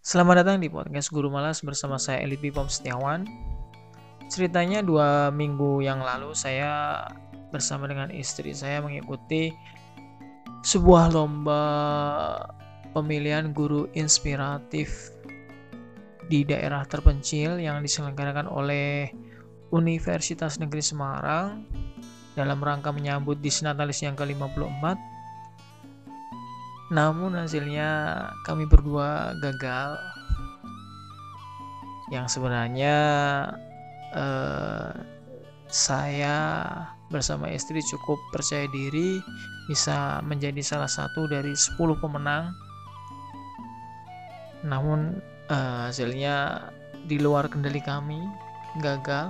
Selamat datang di podcast Guru Malas bersama saya Elipi Pom Setiawan. Ceritanya 2 minggu yang lalu saya bersama dengan istri saya mengikuti sebuah lomba pemilihan guru inspiratif di daerah terpencil yang diselenggarakan oleh Universitas Negeri Semarang dalam rangka menyambut Disnatalis yang ke-54. Namun hasilnya kami berdua gagal. Yang sebenarnya saya bersama istri cukup percaya diri bisa menjadi salah satu dari 10 pemenang. Namun hasilnya di luar kendali kami, gagal.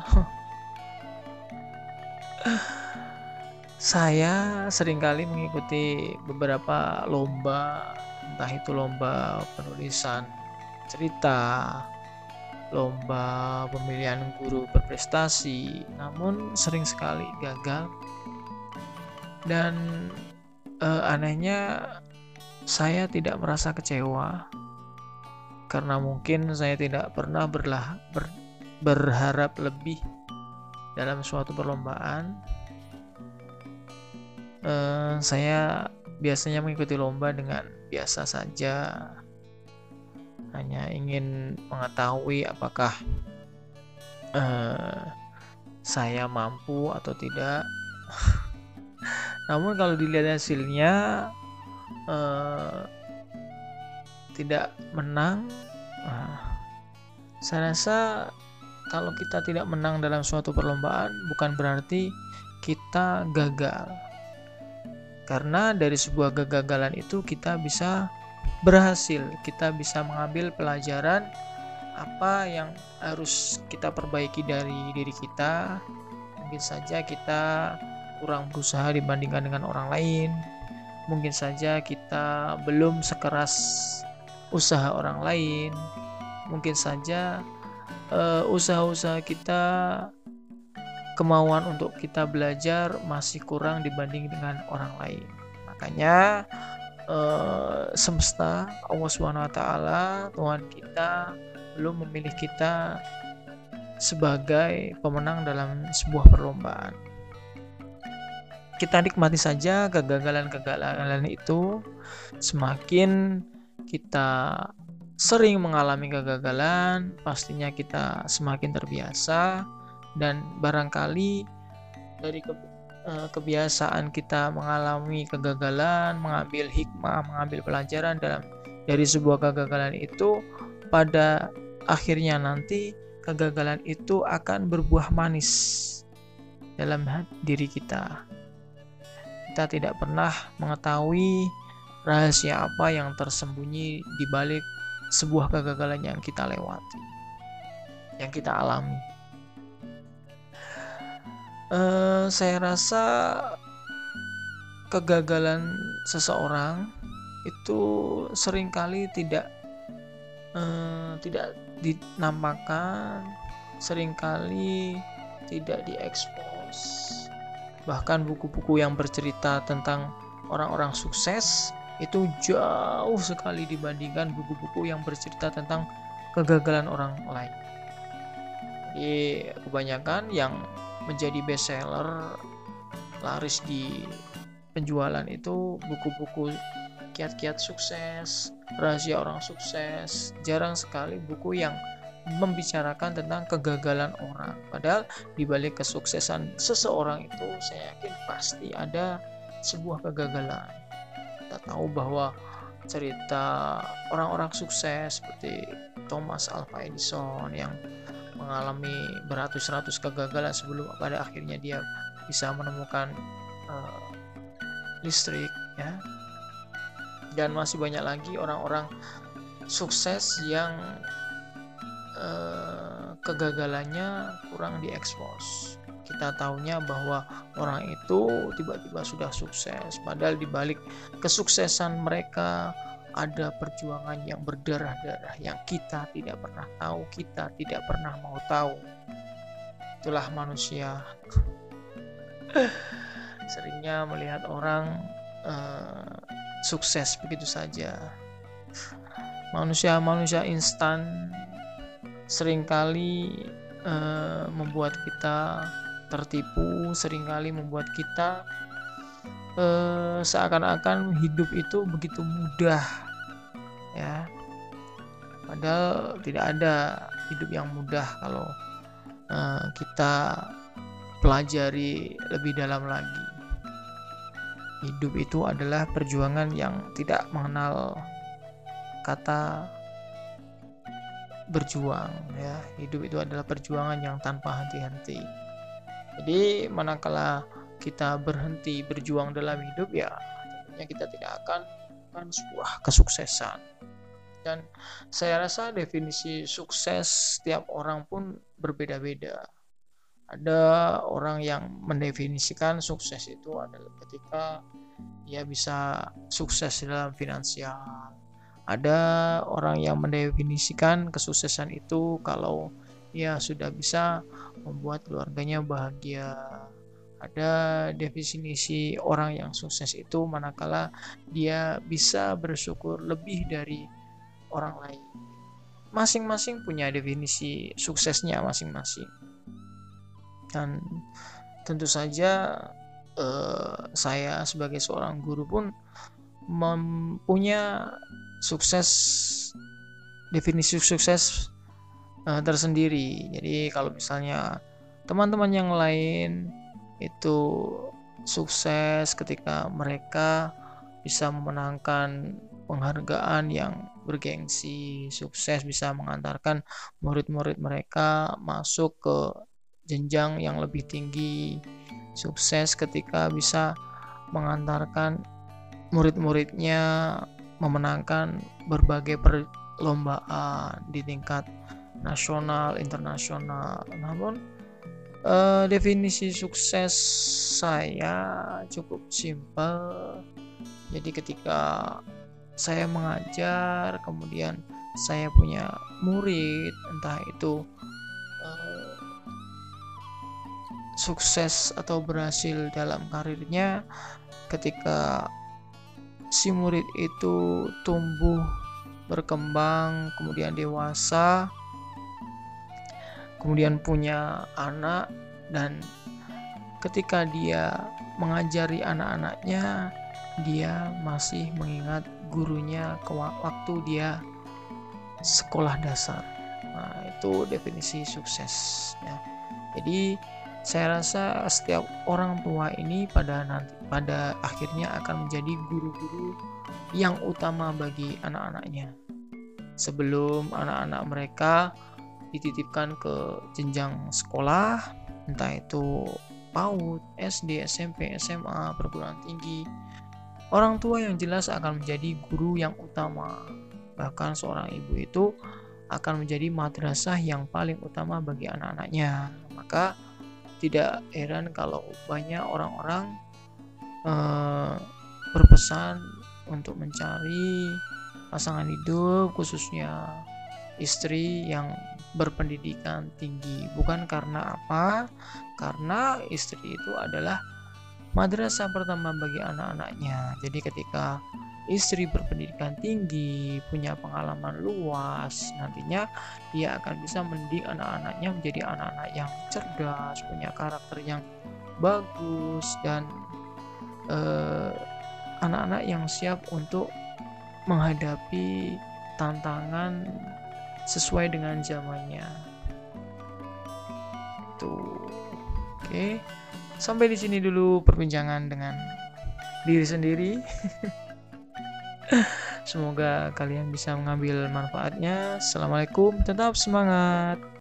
Saya seringkali mengikuti beberapa lomba, entah itu lomba penulisan cerita, lomba pemilihan guru berprestasi, namun sering sekali gagal. Dan anehnya saya tidak merasa kecewa karena mungkin saya tidak pernah berharap lebih dalam suatu perlombaan. Saya biasanya mengikuti lomba dengan biasa saja, hanya ingin mengetahui apakah saya mampu atau tidak. Namun kalau dilihat hasilnya tidak menang, saya rasa kalau kita tidak menang dalam suatu perlombaan bukan berarti kita gagal. Karena dari sebuah kegagalan itu kita bisa berhasil, kita bisa mengambil pelajaran apa yang harus kita perbaiki dari diri kita. Mungkin saja kita kurang berusaha dibandingkan dengan orang lain, mungkin saja kita belum sekeras usaha orang lain, mungkin saja usaha-usaha kita, kemauan untuk kita belajar masih kurang dibanding dengan orang lain. Makanya semesta, Allah SWT, Tuhan kita belum memilih kita sebagai pemenang dalam sebuah perlombaan. Kita nikmati saja kegagalan-kegagalan itu. Semakin kita sering mengalami kegagalan, pastinya kita semakin terbiasa. Dan barangkali dari kebiasaan kita mengalami kegagalan, mengambil hikmah, mengambil pelajaran dari sebuah kegagalan itu, pada akhirnya nanti kegagalan itu akan berbuah manis dalam diri kita. Kita tidak pernah mengetahui rahasia apa yang tersembunyi di balik sebuah kegagalan yang kita lewati, yang kita alami. Saya rasa kegagalan seseorang itu seringkali tidak dinampakkan, seringkali tidak diekspos. Bahkan buku-buku yang bercerita tentang orang-orang sukses itu jauh sekali dibandingkan buku-buku yang bercerita tentang kegagalan orang lain. Jadi kebanyakan yang menjadi bestseller, laris di penjualan itu buku-buku kiat-kiat sukses, rahasia orang sukses. Jarang sekali buku yang membicarakan tentang kegagalan orang. Padahal di balik kesuksesan seseorang itu saya yakin pasti ada sebuah kegagalan. Kita tahu bahwa cerita orang-orang sukses seperti Thomas Alva Edison yang mengalami beratus-ratus kegagalan sebelum pada akhirnya dia bisa menemukan listrik, ya. Dan masih banyak lagi orang-orang sukses yang kegagalannya kurang diekspos. Kita tahunya bahwa orang itu tiba-tiba sudah sukses, padahal di balik kesuksesan mereka ada perjuangan yang berdarah-darah yang kita tidak pernah tahu, kita tidak pernah mau tahu. Itulah manusia. Seringnya melihat orang sukses begitu saja. Manusia-manusia instan seringkali membuat kita tertipu, seringkali membuat kita seakan-akan hidup itu begitu mudah, ya. Padahal tidak ada hidup yang mudah kalau kita pelajari lebih dalam lagi. Hidup itu adalah perjuangan yang tidak mengenal kata berjuang, ya. Hidup itu adalah perjuangan yang tanpa henti-henti. Jadi manakala kita berhenti berjuang dalam hidup, ya tentunya kita tidak akan sebuah kesuksesan. Dan saya rasa definisi sukses setiap orang pun berbeda-beda. Ada orang yang mendefinisikan sukses itu adalah ketika dia bisa sukses dalam finansial. Ada orang yang mendefinisikan kesuksesan itu kalau dia sudah bisa membuat keluarganya bahagia. Ada definisi orang yang sukses itu manakala dia bisa bersyukur lebih dari orang lain. Masing-masing punya definisi suksesnya masing-masing. Dan tentu saja saya sebagai seorang guru pun mempunyai definisi sukses tersendiri. Jadi kalau misalnya teman-teman yang lain itu sukses ketika mereka bisa memenangkan penghargaan yang bergengsi, sukses bisa mengantarkan murid-murid mereka masuk ke jenjang yang lebih tinggi, sukses ketika bisa mengantarkan murid-muridnya memenangkan berbagai perlombaan di tingkat nasional, internasional. Namun definisi sukses saya cukup simpel. Jadi ketika saya mengajar, kemudian saya punya murid, entah itu sukses atau berhasil dalam karirnya ketika si murid itu tumbuh, berkembang, kemudian dewasa, kemudian punya anak, dan ketika dia mengajari anak-anaknya, dia masih mengingat gurunya ke waktu dia sekolah dasar. Nah, itu definisi sukses, ya. Jadi saya rasa setiap orang tua ini pada akhirnya akan menjadi guru-guru yang utama bagi anak-anaknya. Sebelum anak-anak mereka dititipkan ke jenjang sekolah, entah itu PAUD, SD, SMP, SMA, perguruan tinggi, orang tua yang jelas akan menjadi guru yang utama. Bahkan seorang ibu itu akan menjadi madrasah yang paling utama bagi anak-anaknya. Maka tidak heran kalau banyak orang-orang berpesan untuk mencari pasangan hidup, khususnya istri yang berpendidikan tinggi. Bukan karena apa? Karena istri itu adalah madrasah pertama bagi anak-anaknya. Jadi ketika istri berpendidikan tinggi, punya pengalaman luas, nantinya dia akan bisa mendidik anak-anaknya menjadi anak-anak yang cerdas, punya karakter yang bagus, dan anak-anak yang siap untuk menghadapi tantangan sesuai dengan zamannya. Tuh. Oke. Sampai di sini dulu perbincangan dengan diri sendiri. Semoga kalian bisa mengambil manfaatnya. Assalamualaikum, tetap semangat.